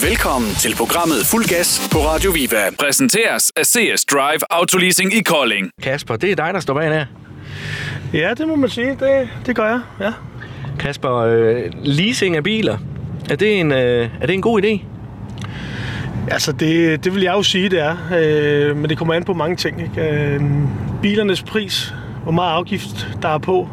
Velkommen til programmet Fuld Gas på Radio Viva. Præsenteres af CS Drive Autoleasing i Kolding. Kasper, det er dig, der står bag her. Ja, det må man sige. Det gør jeg, ja. Kasper, leasing af biler, er det en god idé? Altså, det vil jeg jo sige, det er. Men det kommer an på mange ting, ikke? Bilernes pris, hvor meget afgift der er på,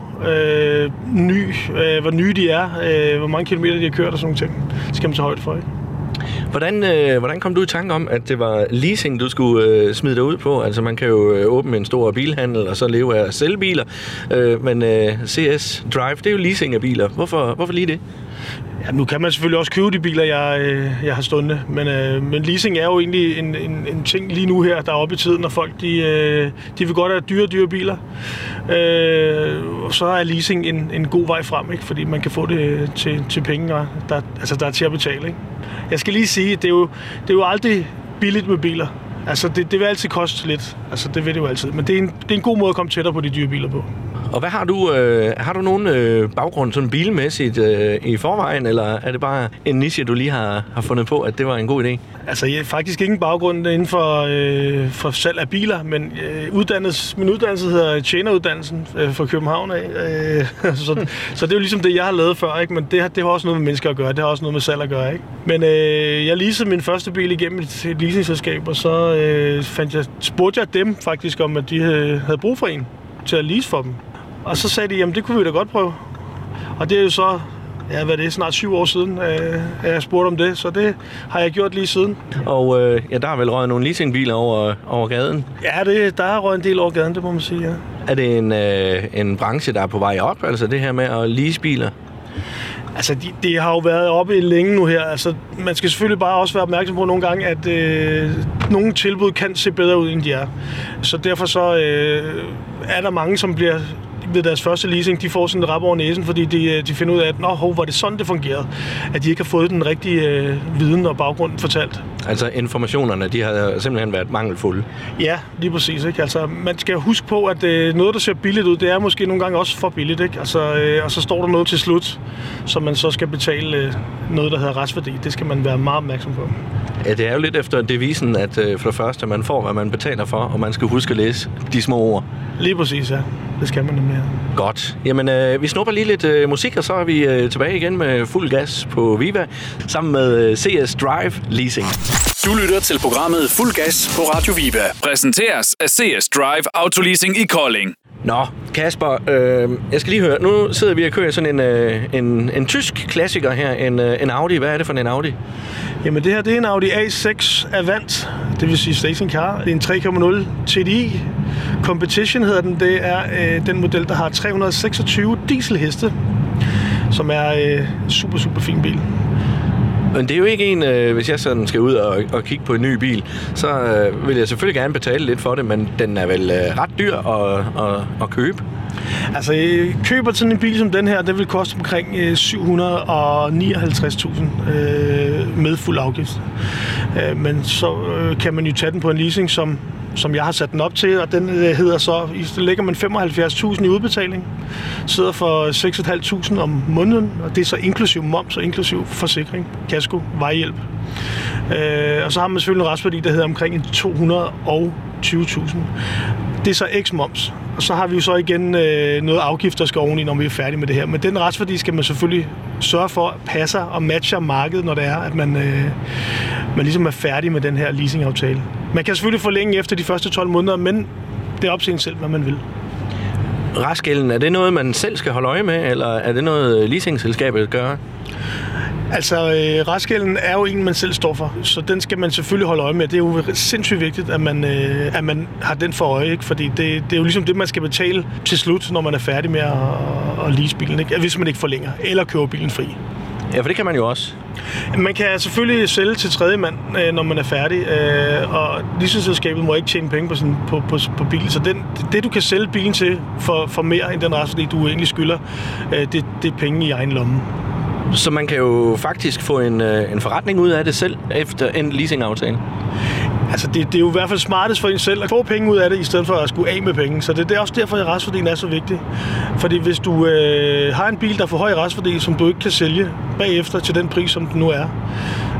hvor nye de er, hvor mange kilometer de har kørt og sådan nogle ting. Det skal man tage højde for, ikke? Hvordan kom du i tanke om, at det var leasing, du skulle smide dig ud på? Altså, man kan jo åbne en stor bilhandel og så leve af at sælge biler. Men CS Drive, det er jo leasing af biler. Hvorfor lige det? Ja, nu kan man selvfølgelig også købe de biler, jeg har stående, men leasing er jo egentlig en ting lige nu her, der er oppe i tiden, når folk de vil godt have dyre biler. Så er leasing en god vej frem, ikke? Fordi man kan få det til penge, der er til at betale. Ikke? Jeg skal lige sige, det er jo aldrig billigt med biler. Altså, det vil altid koste lidt. Altså, det vil det jo altid. Men det er en god måde at komme tættere på de dyre biler på. Og hvad har du? Har du nogen baggrund sådan bilmæssigt i forvejen, eller er det bare en niche, du lige har fundet på, at det var en god idé? Altså, jeg har faktisk ingen baggrund inden for salg af biler, men min uddannelse hedder tjeneruddannelsen fra København af. Så det er jo ligesom det, jeg har lavet før, ikke? Men det har også noget med mennesker at gøre, det har også noget med salg at gøre, ikke? Men jeg leasede min første bil igennem et leasingselskab, og så spurgte jeg dem faktisk om, at de havde brug for en til at lease for dem. Og så sagde de, jamen det kunne vi da godt prøve. Og det er jo så, snart 7 år siden, at jeg spurgte om det, så det har jeg gjort lige siden. Og der har vel røget nogle leasingbiler over gaden? Ja, der har røget en del over gaden, det må man sige, ja. Er det en branche, der er på vej op, altså det her med at lease biler? Altså, det har jo været oppe længe nu her. Altså, man skal selvfølgelig bare også være opmærksom på nogle gange, at nogle tilbud kan se bedre ud, end de er. Så derfor så er der mange, som bliver ved deres første leasing, de får sådan en rap over næsen, fordi de finder ud af, at var det sådan, det fungerede. At de ikke har fået den rigtige viden og baggrund fortalt. Altså informationerne, de har simpelthen været mangelfulde? Ja, lige præcis. Ikke? Altså, man skal huske på, at noget, der ser billigt ud, det er måske nogle gange også for billigt. Ikke? Altså, og så står der noget til slut, som man så skal betale noget, der hedder restværdi. Det skal man være meget opmærksom på. Ja, det er jo lidt efter devisen, at for det første, man får, hvad man betaler for, og man skal huske at læse de små ord. Lige præcis, ja. Det skal man nemlig. Godt. Jamen, vi snupper lige lidt musik, og så er vi tilbage igen med fuld gas på Viva, sammen med CS Drive Leasing. Du lytter til programmet Fuld Gas på Radio Viva. Præsenteres af CS Drive Autoleasing i Kolding. Nå, Kasper, jeg skal lige høre. Nu sidder vi og kører sådan en tysk klassiker her, en Audi. Hvad er det for en Audi? Jamen det her, det er en Audi A6 Avant, det vil sige stationcar. Det er en 3.0 TDI. Competition hedder den. Det er den model, der har 326 dieselheste, som er super, super fin bil. Men det er jo ikke en, hvis jeg sådan skal ud og kigge på en ny bil, så vil jeg selvfølgelig gerne betale lidt for det, men den er vel ret dyr at købe. Altså, køber sådan en bil som den her, det vil koste omkring 759.000 med fuld afgift. Men så kan man jo tage den på en leasing, som jeg har sat den op til, og den hedder så, så lægger man 75.000 i udbetaling, sidder for 6.500 om måneden, og det er så inklusiv moms og inklusiv forsikring, kasko, vejhjælp. Og så har man selvfølgelig en restværdi, der hedder omkring 220.000. Det er så x-moms. Og så har vi jo så igen noget afgift, der skal oveni, når vi er færdige med det her. Men den restværdi skal man selvfølgelig sørge for passer og matcher markedet, når det er, at man ligesom er færdig med den her leasingaftale. Man kan selvfølgelig forlænge efter de første 12 måneder, men det er op til en selv, hvad man vil. Restgælden, er det noget, man selv skal holde øje med, eller er det noget leasingselskabet gør? Altså, restgælden er jo en, man selv står for, så den skal man selvfølgelig holde øje med. Det er jo sindssygt vigtigt, at man har den for øje, ikke? Fordi det er jo ligesom det, man skal betale til slut, når man er færdig med at lease bilen, ikke? Hvis man ikke forlænger, eller køber bilen fri. Ja, for det kan man jo også. Man kan selvfølgelig sælge til tredje mand, når man er færdig, og leasingselskabet må ikke tjene penge på bilen. Så det, du kan sælge bilen til for mere end den restværdi, du egentlig skylder, det er penge i egen lomme. Så man kan jo faktisk få en forretning ud af det selv efter en leasingaftale? Altså, det er jo i hvert fald smartest for en selv at få penge ud af det, i stedet for at skulle af med penge. Så det er også derfor, at restværdien er så vigtig. Fordi hvis du har en bil, der får høj restværdi, som du ikke kan sælge bagefter til den pris, som den nu er,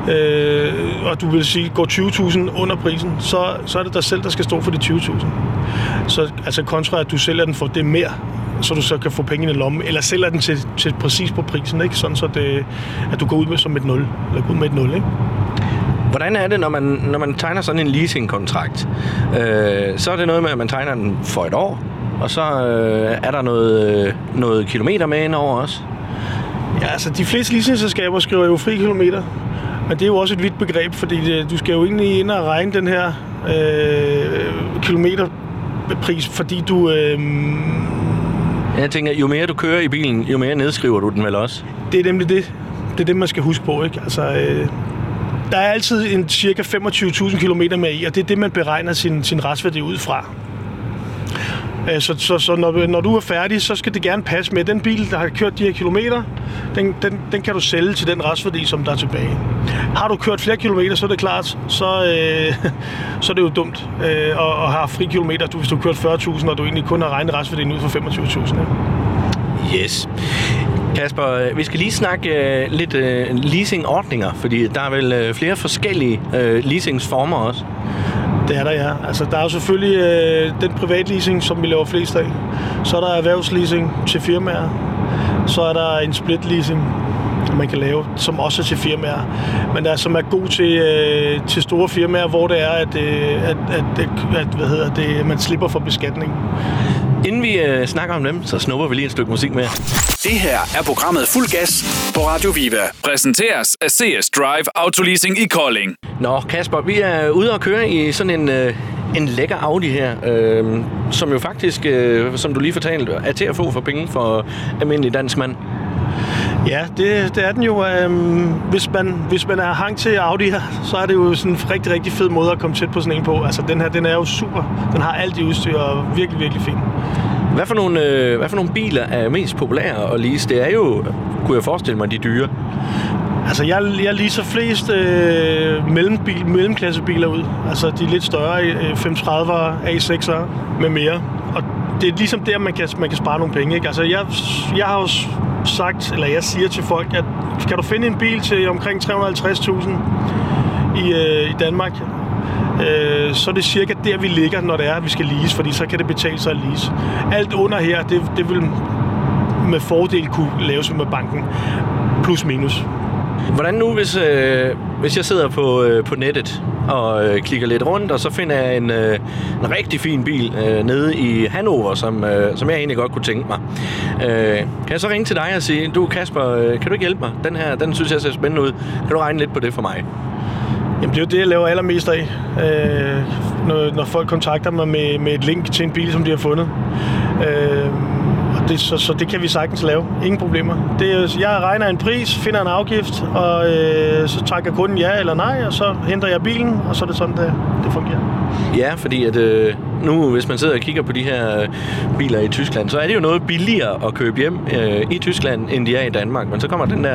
og du vil sige, går 20.000 under prisen, så er det dig selv, der skal stå for de 20.000. Så altså kontra, at du sælger den for det mere, så du så kan få penge i lommen, eller sælger den til præcis på prisen, ikke? Sådan så at du går ud med som et 0, eller går ud med et 0, ikke? Hvordan er det, når man tegner sådan en leasingkontrakt? Så er det noget med, at man tegner den for et år, og så er der noget kilometer med ind over også? Ja, altså de fleste leasingselskaber skriver jo fri kilometer, men det er jo også et vidt begreb, fordi du skal jo egentlig ind og regne den her kilometerpris, fordi du... Jeg tænker, jo mere du kører i bilen, jo mere nedskriver du den vel også? Det er nemlig det. Det er det, man skal huske på, ikke? Altså, der er altid en cirka 25.000 kilometer med i, og det er det, man beregner sin restværdi ud fra. Så når du er færdig, så skal det gerne passe med. Den bil, der har kørt de her kilometer, den kan du sælge til den restværdi, som der er tilbage. Har du kørt flere kilometer, så er det klart, så er det jo dumt at have fri kilometer, hvis du har kørt 40.000, og du egentlig kun har regnet restværdien ud for 25.000. Yes. Kasper, vi skal lige snakke lidt leasingordninger, fordi der er vel flere forskellige leasingsformer også. Det er der, ja. Altså, der er jo selvfølgelig den privatleasing, som vi laver flest af. Så er der erhvervsleasing til firmaer. Så er der en splitleasing, man kan lave, som også er til firmaer. Men der som er god til store firmaer, hvor det er, at man slipper for beskatning. Inden vi snakker om dem, så snupper vi lige et stykke musik mere. Det her er programmet Fuld Gas på Radio Viva. Præsenteres af CS Drive Autoleasing i Kolding. Nå, Kasper, vi er ude og køre i sådan en lækker Audi her, som jo faktisk, som du lige fortalte, er til at få for penge for almindelig dansk mand. Ja, det er den jo. Hvis man er hang til Audi her, så er det jo sådan en rigtig, rigtig fed måde at komme tæt på sådan en på. Altså den her, den er jo super. Den har alt i udstyr og virkelig, virkelig fin. Hvad for nogle biler er mest populære at lease? Det er jo, kunne jeg forestille mig, de dyre. Altså jeg leaser flest mellemklassebiler ud. Altså de lidt større 530'ere, A6'ere med mere. Og det er ligesom der, man kan spare nogle penge, ikke? Altså jeg har jo sagt, eller jeg siger til folk, at kan du finde en bil til omkring 350.000 i Danmark, så er det cirka der, vi ligger, når det er, at vi skal lease, fordi så kan det betale sig at lease. Alt under her, det vil med fordel kunne laves med banken, plus minus. Hvordan nu, hvis jeg sidder på nettet og klikker lidt rundt, og så finder jeg en rigtig fin bil nede i Hannover, som jeg egentlig godt kunne tænke mig. Kan jeg så ringe til dig og sige, du Kasper, kan du ikke hjælpe mig? Den her, den synes jeg ser spændende ud. Kan du regne lidt på det for mig? Jamen det er jo det, jeg laver allermest af, når folk kontakter mig med et link til en bil, som de har fundet. Så det kan vi sagtens lave. Ingen problemer. Jeg regner en pris, finder en afgift, og så trækker kunden ja eller nej, og så henter jeg bilen, og så er det sådan, det fungerer. Ja, fordi at nu, hvis man sidder og kigger på de her biler i Tyskland, så er det jo noget billigere at købe hjem i Tyskland, end de er i Danmark. Men så kommer den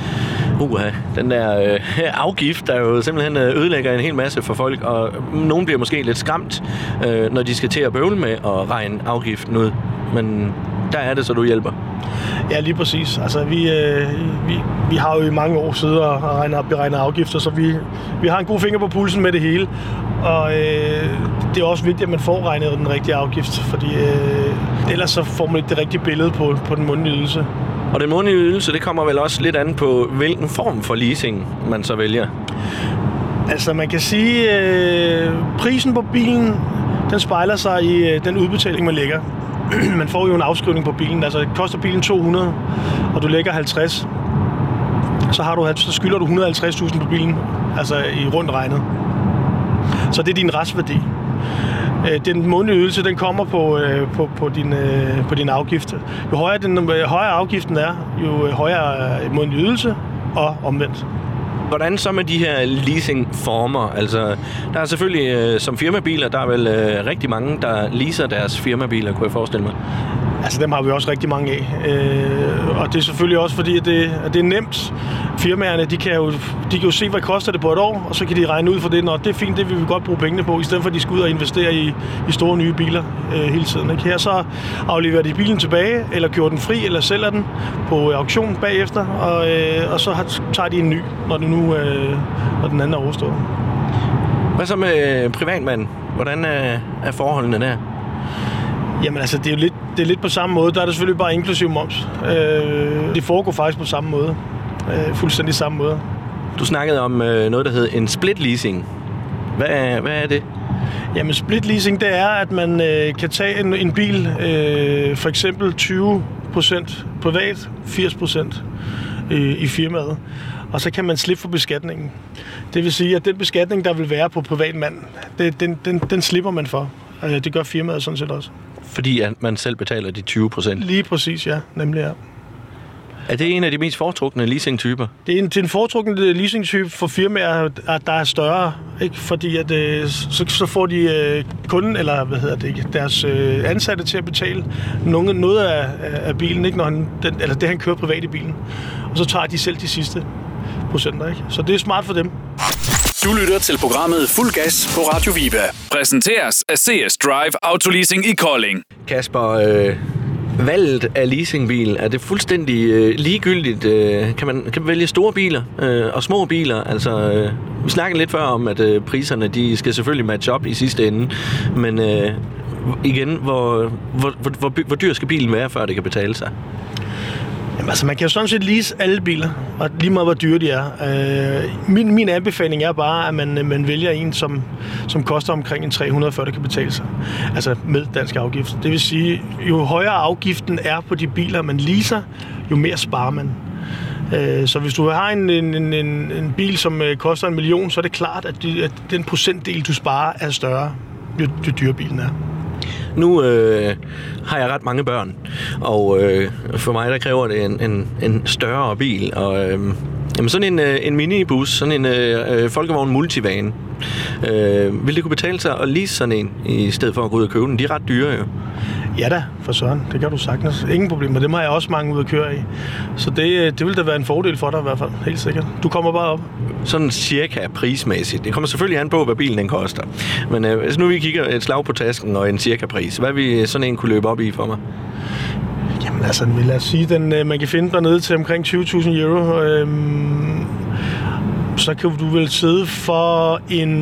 der afgift, der jo simpelthen ødelægger en hel masse for folk, og nogen bliver måske lidt skræmt, når de skal til at bøvle med at regne afgiften ud. Men der er det, så du hjælper. Ja, lige præcis. Altså, vi har jo i mange år siddet og beregnet afgifter, så vi har en god finger på pulsen med det hele. Og det er også vigtigt, at man får regnet den rigtige afgift, fordi ellers så får man ikke det rigtige billede på den månedlige ydelse. Og den månedlige ydelse, det kommer vel også lidt an på, hvilken form for leasing man så vælger? Altså, man kan sige, prisen på bilen, den spejler sig i den udbetaling, man lægger. Man får jo en afskrivning på bilen. Altså, koster bilen 200, og du lægger 50, så skylder du 150.000 på bilen, altså i rundt regnet. Så det er din restværdi. Den månedlige ydelse, den kommer på din afgift. Jo højere afgiften er, jo højere månedlig ydelse, og omvendt. Hvordan så med de her leasingformer? Altså, der er selvfølgelig som firmabiler, der er vel rigtig mange, der leaser deres firmabiler, kunne jeg forestille mig. Altså dem har vi også rigtig mange af. Og det er selvfølgelig også fordi, at det er nemt. Firmaerne, de kan jo se, hvad koster det på et år, og så kan de regne ud for det. Når det er fint, det vil vi godt bruge pengene på, i stedet for at de skal ud og investere i store nye biler hele tiden. Ikke? Her så afleverer de bilen tilbage, eller kører den fri, eller sælger den på auktion bagefter, og så tager de en ny, når den anden er overstået. Hvad så med privatmanden? Hvordan er forholdene der? Jamen altså, det er lidt på samme måde. Der er det selvfølgelig bare inklusiv moms. Det foregår faktisk på samme måde. Fuldstændig samme måde. Du snakkede om noget, der hedder en split leasing. Hvad er det? Jamen split leasing, det er, at man kan tage en bil, for eksempel 20% privat, 80% i firmaet. Og så kan man slippe for beskatningen. Det vil sige, at den beskatning, der vil være på privatmand, den slipper man for. Det gør firmaet sådan set også. Fordi at man selv betaler de 20%? Lige præcis, ja. Nemlig, ja. Er det en af de mest foretrukne leasingtyper? Det er en foretrukne leasingtype for firmaer, der er større, ikke? Fordi at, så får de kunden, eller deres ansatte til at betale noget af bilen, ikke? Når det han kører privat i bilen. Og så tager de selv de sidste procenter, ikke? Så det er smart for dem. Du lytter til programmet Fuld Gas på Radio Viva. Præsenteres af CS Drive Autoleasing i Kolding. Kasper, valget af leasingbil, er det fuldstændig ligegyldigt? Kan man vælge store biler og små biler? Altså, vi snakkede lidt før om, at priserne de skal selvfølgelig matche op i sidste ende. Men igen, hvor dyr skal bilen være, før det kan betale sig? Jamen, altså, man kan jo sådan set lease alle biler, og lige meget hvor dyre de er. Min anbefaling er bare, at man vælger en, som koster omkring en 300, før det kan betale sig. Altså med dansk afgift. Det vil sige, jo højere afgiften er på de biler, man leaser, jo mere sparer man. Så hvis du har en bil, som koster 1 million, så er det klart, at den procentdel, du sparer, er større, jo dyrere bilen er. Nu har jeg ret mange børn, og for mig der kræver det en større bil. Og jamen sådan en minibus, sådan en folkevogn multivan, vil det kunne betale sig at lease sådan en, i stedet for at gå ud og købe den? De er ret dyre jo. Ja da, for søren. Det kan du sagtens. Ingen problemer. Dem har jeg også mange ud at køre i. Så det vil da være en fordel for dig i hvert fald. Helt sikkert. Du kommer bare op. Sådan cirka prismæssigt. Det kommer selvfølgelig an på, hvad bilen den koster. Men hvis nu vi kigger et slag på tasken og en cirka pris, hvad vil sådan en kunne løbe op i for mig? Jamen altså, lad os sige, man kan finde dernede til omkring 20.000 euro. Så kan du vel sidde for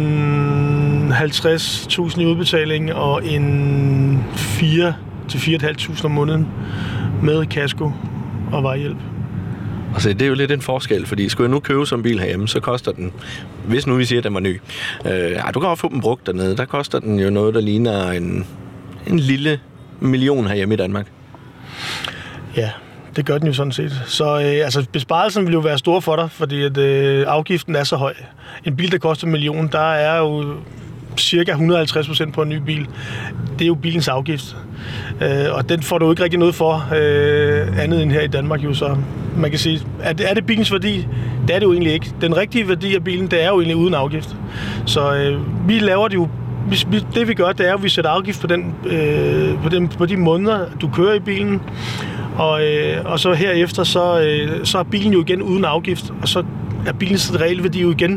en 50.000 i udbetaling og en 4.000-4.500 om måneden med kasko og vejhjælp. Altså, det er jo lidt en forskel, fordi skulle jeg nu købe som bil herhjemme, så koster den, hvis nu vi siger, at den var ny. Du kan også få den brugt dernede. Der koster den jo noget, der ligner en lille million herhjemme i Danmark. Ja. Det gør den jo sådan set. Så besparelsen vil jo være stor for dig, fordi at, afgiften er så høj. En bil, der koster 1 million, der er jo cirka 150% på en ny bil. Det er jo bilens afgift. Og den får du ikke rigtig noget for, andet end her i Danmark jo. Så man kan sige, er det bilens værdi? Det er det jo egentlig ikke. Den rigtige værdi af bilen, det er jo egentlig uden afgift. Så vi laver det jo. Det vi gør, det er, at vi sætter afgift på de måneder, du kører i bilen. Og så herefter, så er bilen jo igen uden afgift, og så er bilens reelle værdi jo igen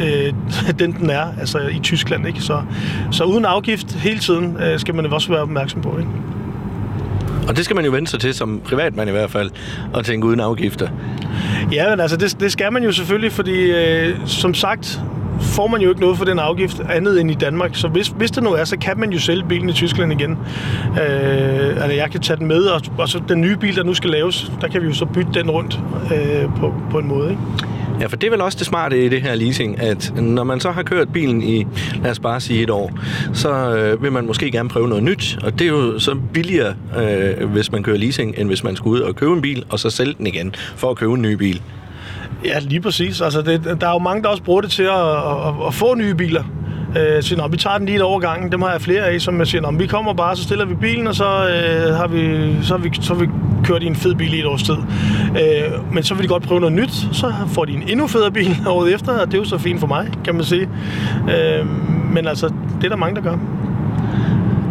den er, altså i Tyskland, ikke? Så uden afgift hele tiden skal man også være opmærksom på, ikke? Og det skal man jo vende sig til som privatmand i hvert fald, at tænke uden afgifter. Ja, men altså det skal man jo selvfølgelig, fordi som sagt får man jo ikke noget for den afgift andet end i Danmark. Så hvis det nu er, så kan man jo sælge bilen i Tyskland igen. Altså jeg kan tage den med, og så den nye bil, der nu skal laves, der kan vi jo så bytte den rundt på en måde, ikke? Ja, for det er vel også det smarte i det her leasing, at når man så har kørt bilen i, lad os bare sige 1 år, så vil man måske gerne prøve noget nyt, og det er jo så billigere, hvis man kører leasing, end hvis man skal ud og købe en bil, og så sælge den igen for at købe en ny bil. Ja, lige præcis. Altså der er jo mange, der også bruger det til at få nye biler. Så vi tager den lige et år ad gangen. Dem har jeg flere af, som jeg siger, vi kommer bare, så stiller vi bilen, og så har vi kørt i en fed bil i 1 års tid. Men så vil de godt prøve noget nyt, så får de en endnu federe bil året efter, og det er jo så fint for mig, kan man sige. Men altså, det er der mange, der gør.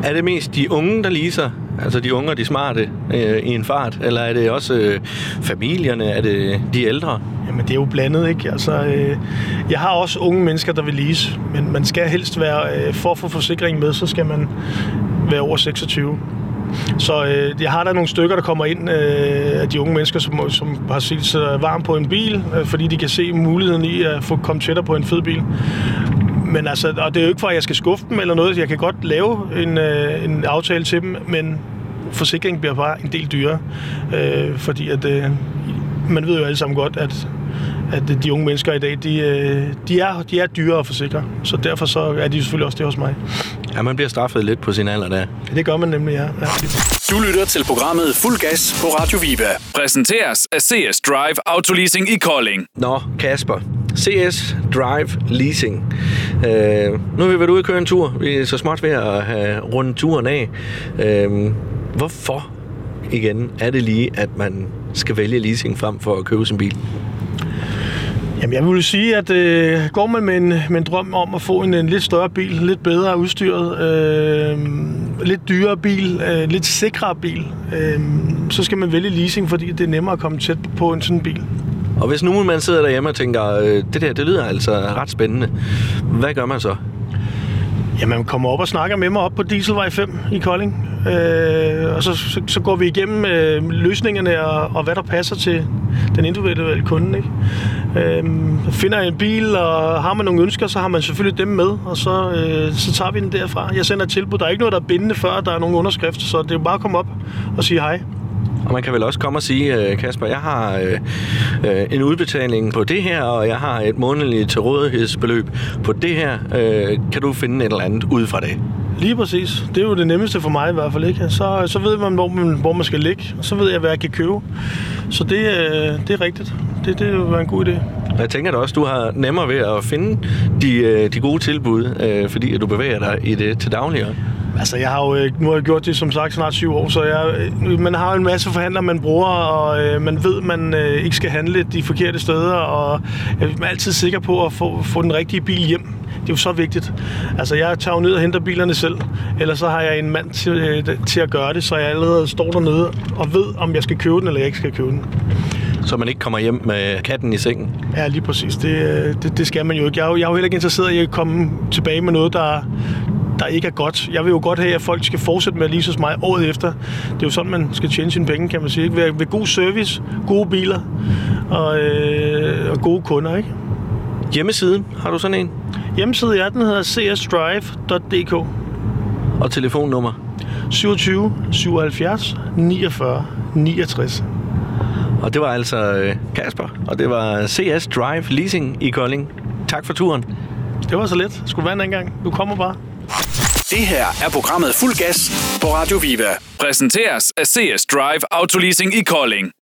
Er det mest de unge, der leaser? Altså de unge og de smarte i en fart? Eller er det også familierne? Er det de ældre? Jamen, det er jo blandet, ikke? Altså, jeg har også unge mennesker, der vil lease, men man skal helst være, for at få forsikring med, så skal man være over 26. Så jeg har der nogle stykker, der kommer ind af de unge mennesker, som har set sig varm på en bil, fordi de kan se muligheden i at få komme tættere på en fed bil. Men altså, og det er jo ikke for, at jeg skal skuffe dem eller noget. Jeg kan godt lave en aftale til dem, men forsikringen bliver bare en del dyrere. Fordi at man ved jo alle sammen godt, at de unge mennesker i dag, de er dyrere at forsikre. Så derfor så er de selvfølgelig også det hos mig. Ja, man bliver straffet lidt på sin alder der. Det gør man nemlig, ja. Du lytter til programmet Fuld Gas på Radio Viva. Præsenteres af CS Drive Autoleasing i Kolding. Nå, Kasper. CS Drive Leasing. Nu har vi været ude og køre en tur. Vi er så småt ved at have rundet turen af. Hvorfor igen er det lige, at man skal vælge leasing frem for at købe sin bil? Jamen, jeg vil sige, at går man med en drøm om at få en lidt større bil, lidt bedre udstyret, lidt dyrere bil, lidt sikrere bil, så skal man vælge leasing, fordi det er nemmere at komme tæt på en sådan bil. Og hvis nu man sidder derhjemme og tænker, det lyder altså ret spændende, hvad gør man så? Jamen, man kommer op og snakker med mig op på Dieselvej 5 i Kolding. Og så går vi igennem løsningerne og hvad der passer til den individuelle kunde. Ikke? Finder en bil, og har man nogle ønsker, så har man selvfølgelig dem med, og så tager vi den derfra. Jeg sender et tilbud. Der er ikke noget, der er bindende, før der er nogle underskrifter, så det er bare at komme op og sige hej. Og man kan vel også komme og sige, Kasper, jeg har en udbetaling på det her, og jeg har et månedligt til rådighedsbeløb på det her. Kan du finde et eller andet ud fra det? Lige præcis. Det er jo det nemmeste for mig i hvert fald, ikke? Så ved man, hvor man skal ligge. Så ved jeg, hvad jeg kan købe. Så det er rigtigt. Det vil være en god idé. Jeg tænker da også, du har nemmere ved at finde de gode tilbud, fordi at du bevæger dig i det til daglig. Altså, nu har jeg gjort det som sagt snart 7 år, så man har en masse forhandlere, man bruger, og man ved, man ikke skal handle de forkerte steder, og jeg er altid sikker på at få den rigtige bil hjem. Det er jo så vigtigt. Altså, jeg tager jo ned og henter bilerne selv, ellers så har jeg en mand til at gøre det, så jeg allerede står dernede og ved, om jeg skal købe den, eller jeg ikke skal købe den. Så man ikke kommer hjem med katten i sengen? Ja, lige præcis. Det skal man jo ikke. Jeg er jo heller ikke interesseret i at komme tilbage med noget, der ikke er godt. Jeg vil jo godt have, at folk skal fortsætte med at lease hos mig året efter. Det er jo sådan, man skal tjene sine penge, kan man sige. Ved god service, gode biler og gode kunder, ikke? Hjemmesiden, har du sådan en? Hjemmesiden, ja, den hedder csdrive.dk. Og telefonnummer? 27 77 49 69. Og det var altså Kasper, og det var CS Drive Leasing i Kolding. Tak for turen. Det var så let. Skulle være en anden gang. Du kommer bare. Det her er programmet Fuld Gas på Radio Viva. Præsenteres af CS Drive Autoleasing i Kolding.